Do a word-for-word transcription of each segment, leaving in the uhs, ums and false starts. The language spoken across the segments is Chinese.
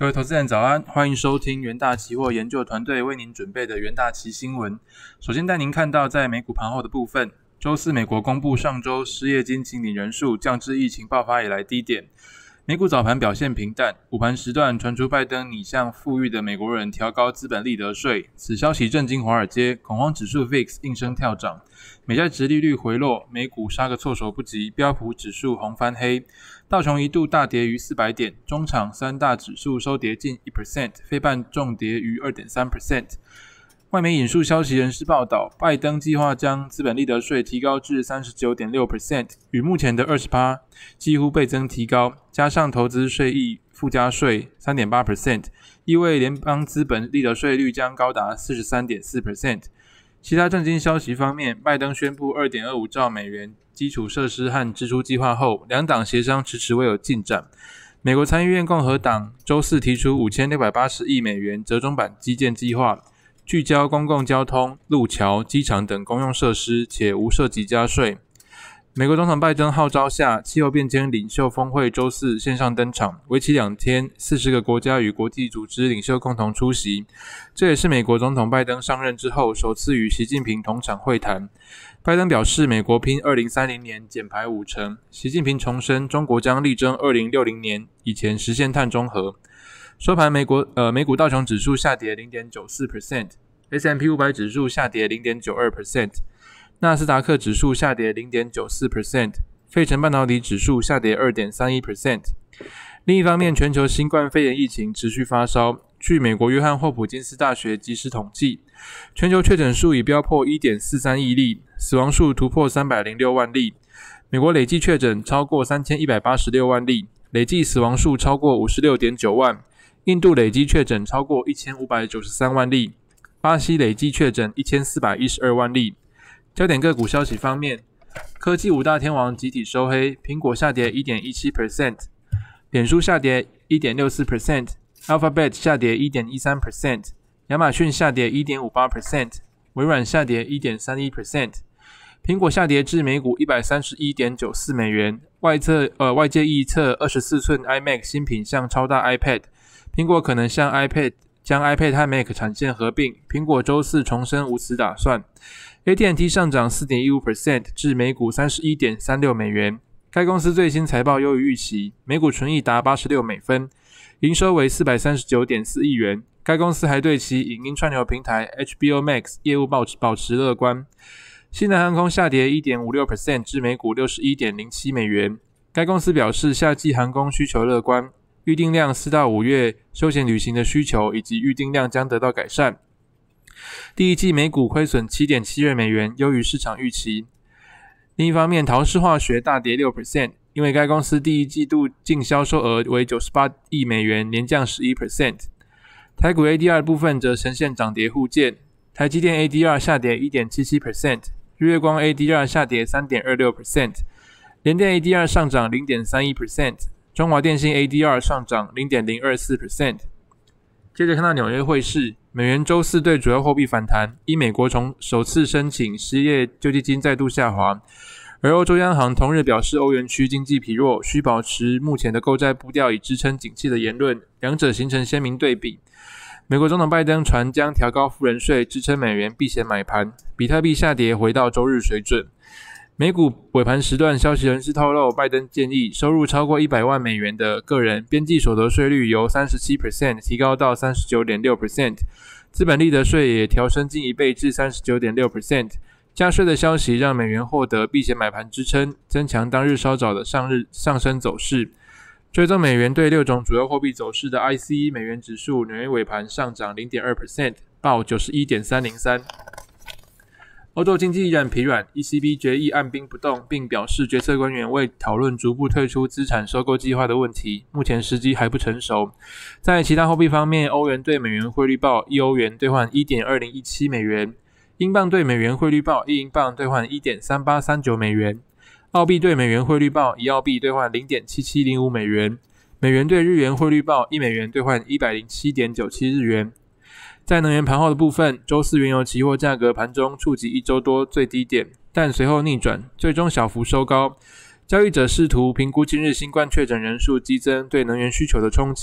各位投资人早安，欢迎收听元大期货研究团队为您准备的元大期新闻。首先带您看到在美股盘后的部分，周四美国公布上周失业金请领人数降至疫情爆发以来低点。美股早盘表现平淡，午盘时段传出拜登拟向富裕的美国人调高资本利得税，此消息震惊华尔街，恐慌指数 V I X 应声跳涨，美债殖利率回落，美股杀个措手不及，标普指数红翻黑，道琼一度大跌逾四百点，中场三大指数收跌近 百分之一， 非半重跌逾 二点三 百分之。外媒引述消息人士报道，拜登计划将资本利得税提高至 百分之三十九点六， 与目前的 百分之二十 几乎倍增提高，加上投资税益附加税 百分之三点八， 意味联邦资本利得税率将高达 百分之四十三点四。 其他震惊消息方面，拜登宣布 二点二五兆美元基础设施和支出计划后，两党协商迟迟未有进展。美国参议院共和党周四提出五千六百八十亿美元折中版基建计划，聚焦公共交通、路桥、机场等公用设施，且无涉及加税。美国总统拜登号召下，气候变迁领袖峰会周四线上登场，为期两天，四十个国家与国际组织领袖共同出席。这也是美国总统拜登上任之后首次与习近平同场会谈。拜登表示，美国拼二零三零年减排五成。习近平重申，中国将力争二零六零年以前实现碳中和。收盘，美国呃美股道琼指数下跌 零点九四 percent，S and P 五百 指数下跌 零点九二 percent， 纳斯达克指数下跌 零点九四 percent， 费城半导体指数下跌 二点三一 percent。 另一方面，全球新冠肺炎疫情持续发烧。据美国约翰霍普金斯大学即时统计，全球确诊数已飙破 一点四三亿例，死亡数突破三百零六万例。美国累计确诊超过三千一百八十六万例，累计死亡数超过 五十六点九万。印度累计确诊超过一千五百九十三万例，巴西累计确诊一千四百一十二万例。焦点个股消息方面，科技五大天王集体收黑，苹果下跌 一点一七 percent， 脸书下跌 一点六四 percent， Alphabet 下跌 一点一三 percent， 亚马逊下跌 一点五八 percent， 微软下跌 一点三一 percent。 苹果下跌至每股 一百三十一点九四美元，外测呃外界预测二十四寸 iMac 新品项超大 iPad，苹果可能向 iPad 将 iPad 和 Mac 产线合并，苹果周四重申无此打算。A T and T 上涨 四点一五 percent 至每股 三十一点三六美元，该公司最新财报优于预期，每股纯益达八十六美分，营收为 四百三十九点四亿元。该公司还对其影音串流平台 H B O Max 业务保持保持乐观。西南航空下跌 一点五六 percent 至每股 六十一点零七美元，该公司表示夏季航空需求乐观，预订量四到五月休闲旅行的需求以及预订量将得到改善。第一季每股亏损 七点七二美元，优于市场预期。另一方面，陶氏化学大跌 百分之六， 因为该公司第一季度净销售额为九十八亿美元，年降 百分之十一。台股 A D R 部分则呈现涨跌互见，台积电 A D R 下跌 一点七七 percent， 日月光 A D R 下跌 三点二六 percent， 联电 A D R 上涨 零点三一 percent，中华电信 A D R 上涨 零点零二四 percent。 接着看到纽约汇市，美元周四对主要货币反弹，因美国从首次申请失业救济金再度下滑，而欧洲央行同日表示欧元区经济疲弱，需保持目前的购债步调以支撑景气的言论，两者形成鲜明对比。美国总统拜登传将调高富人税支撑美元避险买盘，比特币下跌回到周日水准。美股尾盘时段，消息人士透露，拜登建议收入超过一百万美元的个人边际所得税率由 百分之三十七 提高到 百分之三十九点六， 资本利得税也调升近一倍至 百分之三十九点六。 加税的消息让美元获得避险买盘支撑，增强当日稍早的上日上升走势。追踪美元对六种主要货币走势的 I C E 美元指数，纽约尾盘上涨 零点二 percent， 报 九十一点三零三。欧洲经济依然疲软 ，E C B 决议按兵不动，并表示决策官员为讨论逐步退出资产收购计划的问题，目前时机还不成熟。在其他货币方面，欧元对美元汇率报一欧元兑换 一点二零一七美元，英镑对美元汇率报一英镑兑换 一点三八三九美元，澳币对美元汇率报一澳币兑换 零点七七零五美元，美元对日元汇率报一美元兑换 一百零七点九七日元。在能源盘后的部分，周四原油期货价格盘中触及一周多最低点，但随后逆转，最终小幅收高。交易者试图评估今日新冠确诊人数激增对能源需求的冲击。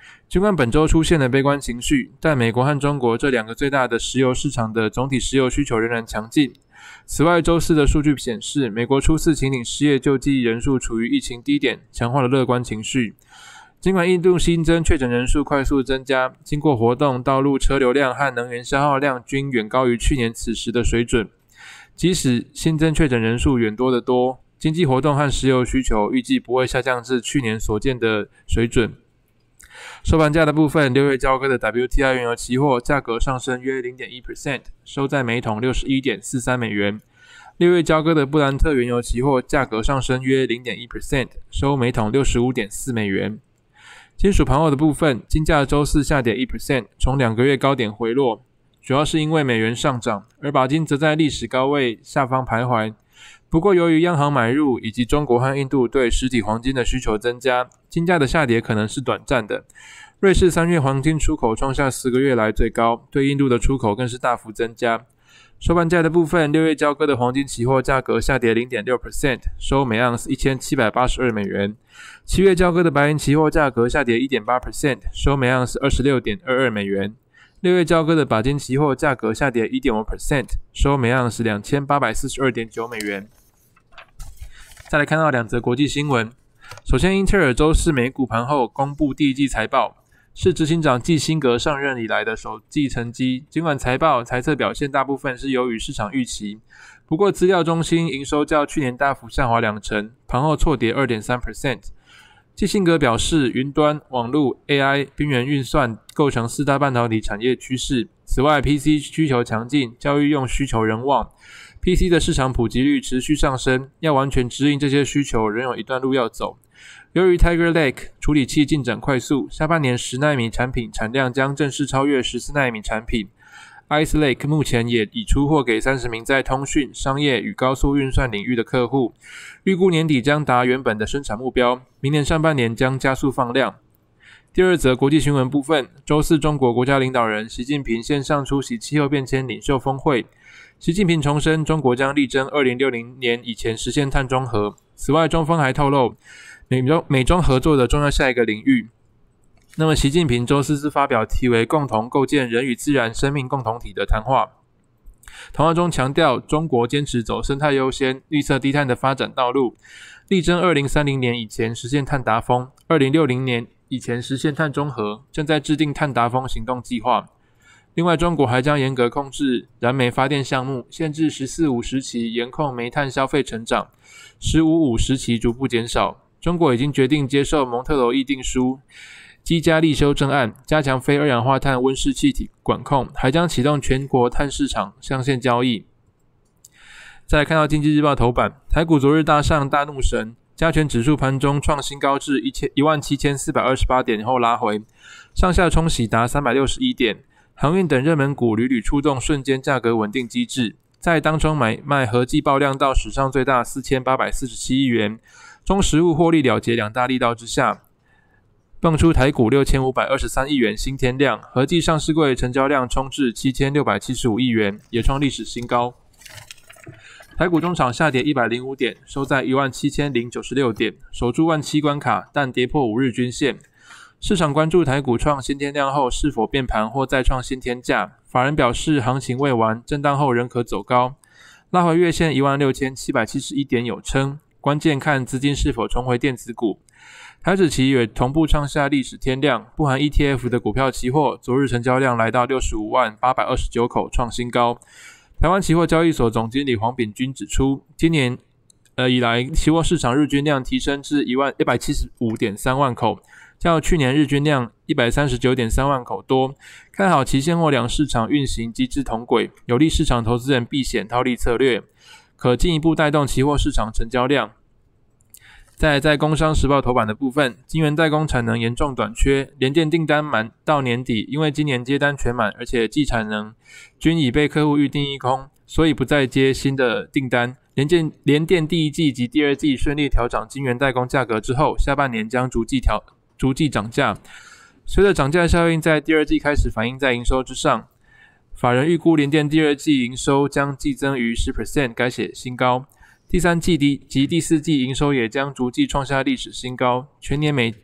尽管本周出现了悲观情绪，但美国和中国这两个最大的石油市场的总体石油需求仍然强劲。此外，周四的数据显示，美国初次请领失业救济人数处于疫情低点，强化了乐观情绪。尽管印度新增确诊人数快速增加，经过活动、道路车流量和能源消耗量均远高于去年此时的水准。即使新增确诊人数远多得多，经济活动和石油需求预计不会下降至去年所见的水准。收盘价的部分，六月交割的 W T I 原油期货价格上升约 百分之零点一， 收在每桶 六十一点四三美元。六月交割的布兰特原油期货价格上升约 百分之零点一， 收每桶 六十五点四美元。金属盘后的部分，金价周四下跌 百分之一， 从两个月高点回落，主要是因为美元上涨，而钯金则在历史高位下方徘徊。不过由于央行买入以及中国和印度对实体黄金的需求增加，金价的下跌可能是短暂的。瑞士三月黄金出口创下十个月来最高，对印度的出口更是大幅增加。收盘价的部分，六月交割的黄金期货价格下跌 百分之零点六， 收每盎司一千七百八十二美元。七月交割的白银期货价格下跌 百分之一点八， 收每盎司二十六点二二美元。六月交割的钯金期货价格下跌 百分之一点五， 收每盎司两千八百四十二点九美元。再来看到两则国际新闻。首先，英特尔周四美股盘后公布第一季财报，是执行长季辛格上任以来的首季成绩。尽管财报财测表现大部分是优于市场预期，不过资料中心营收较去年大幅下滑两成，盘后挫跌 百分之二点三。季辛格表示，云端、网络、A I、边缘运算构成四大半导体产业趋势。此外 ，P C 需求强劲，教育用需求仍旺。P C 的市场普及率持续上升，要完全支应这些需求仍有一段路要走。由于 Tiger Lake 处理器进展快速，下半年十奈米产品产量将正式超越十四奈米产品。Ice Lake 目前也已出货给三十名在通讯、商业与高速运算领域的客户，预估年底将达原本的生产目标，明年上半年将加速放量。第二则国际新闻部分，周四中国国家领导人习近平线上出席气候变迁领袖峰会。习近平重申，中国将力争二零六零年以前实现碳中和。此外，中方还透露美中美中合作的重要下一个领域。那么，习近平周四是发表题为"共同构建人与自然生命共同体"的谈话。谈话中强调，中国坚持走生态优先、绿色低碳的发展道路，力争二零三零年以前实现碳达峰，二零六零年以前实现碳中和，正在制定碳达峰行动计划。另外，中国还将严格控制燃煤发电项目，限制十四五时期严控煤炭消费成长，十五五时期逐步减少。中国已经决定接受蒙特娄议定书基加利修正案，加强非二氧化碳温室气体管控，还将启动全国碳市场上线交易。再来看到经济日报头版，台股昨日大上大怒神，加权指数盘中创新高至一万七千四百二十八点后拉回，上下冲洗达三百六十一点。航运等热门股屡屡出动瞬间价格稳定机制，在当冲买卖合计爆量到史上最大四千八百四十七亿元，中实物获利了结两大力道之下，蹦出台股六千五百二十三亿元新天量，合计上市柜成交量冲至七千六百七十五亿元，也创历史新高。台股中场下跌一百零五点，收在一万七千零九十六点，守住万七关卡，但跌破五日均线。市场关注台股创新天量后是否变盘或再创新天价，法人表示行情未完，震荡后仍可走高，拉回月线一万六千七百七十一点有撑，关键看资金是否重回电子股。台指期也同步创下历史天量，不含 E T F 的股票期货昨日成交量来到六十五万八百二十九口，创新高。台湾期货交易所总经理黄炳君指出，今年呃以来期货市场日均量提升至一万一百七十五点三万口，较去年日均量 一百三十九点三万口多，看好期现货两市场运行机制同轨，有利市场投资人避险套利策略，可进一步带动期货市场成交量。再来在工商时报头版的部分，晶圆代工产能严重短缺，联电订单满到年底，因为今年接单全满，而且季产能均已被客户预定一空，所以不再接新的订单。联电联电第一季及第二季顺利调涨晶圆代工价格之后，下半年将逐季调逐季涨价。随着涨价效应在第二季开始反映在营收之上，法人预估联电第二季营收将季增逾 百分之十， 改写新高。第三季及第四季营收也将逐季创下历史新高，全年每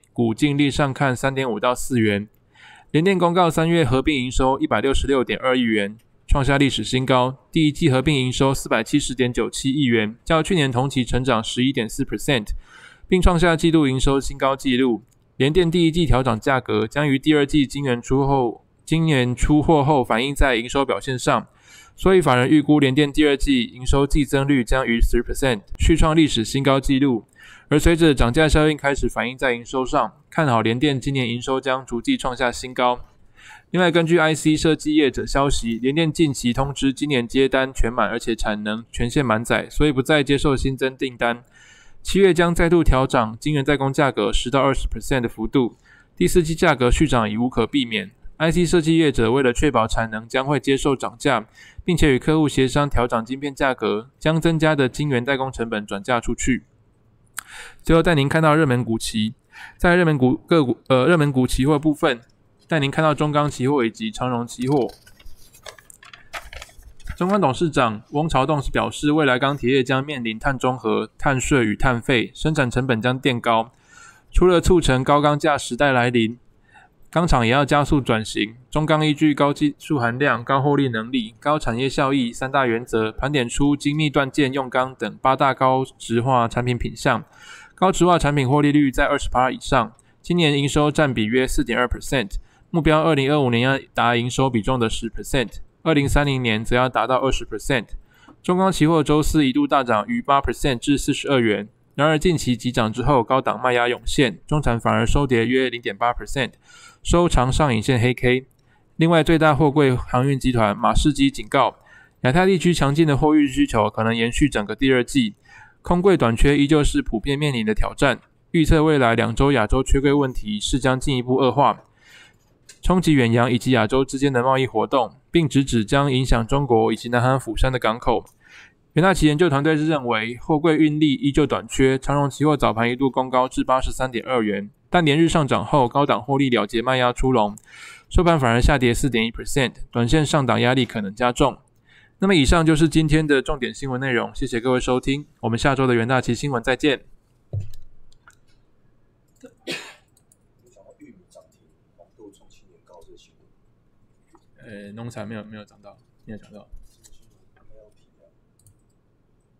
股净利上看 三点五到四元。联电公告三月合并营收 一百六十六点二亿元，创下历史新高，第一季合并营收 四百七十点九七亿元，较去年同期成长 百分之十一点四， 并创下季度营收新高纪录。联电第一季调涨价格，将于第二季晶圆出后今年出货后反映在营收表现上，所以法人预估联电第二季营收季增率将逾 百分之十， 续创历史新高纪录。而随着涨价效应开始反映在营收上，看好联电今年营收将逐季创下新高。另外，根据 I C 设计业者消息，联电近期通知今年接单全满，而且产能全线满载，所以不再接受新增订单。七月将再度调涨晶圆代工价格 百分之十到二十 的幅度，第四季价格续涨已无可避免。I C 设计业者为了确保产能将会接受涨价，并且与客户协商调涨晶片价格，将增加的晶圆代工成本转嫁出去。最后带您看到热门股期，在热门股个股呃热门股期货部分，带您看到中钢期货以及长荣期货。中钢董事长翁朝栋表示，未来钢铁业将面临碳中和、碳税与碳费，生产成本将垫高。除了促成高钢价时代来临，钢厂也要加速转型。中钢依据高技术含量、高获利能力、高产业效益三大原则，盘点出精密锻件用钢等八大高质化产品品项。高质化产品获利率在 百分之二十 以上，今年营收占比约 百分之四点二， 目标二零二五年要达营收比重的 百分之十， 二零三零年则要达到 百分之二十。中钢期货周四一度大涨逾 百分之八 至四十二元，然而近期急涨之后高档卖压涌现，中场反而收跌约 零点八， 收长上影线黑 K。 另外，最大货柜航运集团马士基警告，亚太地区强劲的货运需求可能延续整个第二季，空柜短缺依旧是普遍面临的挑战，预测未来两周亚洲缺柜问题是将进一步恶化，冲击远洋以及亚洲之间的贸易活动，并直指将影响中国以及南韩釜山的港口。元大期研究团队是认为，货柜运力依旧短缺，长荣期货早盘一度攻高至 八十三点二元，但连日上涨后高档获利了结卖压出笼，收盘反而下跌 百分之四点一， 短线上档压力可能加重。那么以上就是今天的重点新闻内容，谢谢各位收听，我们下周的元大期新闻再见。呃，农产没有没有涨到，没有涨到。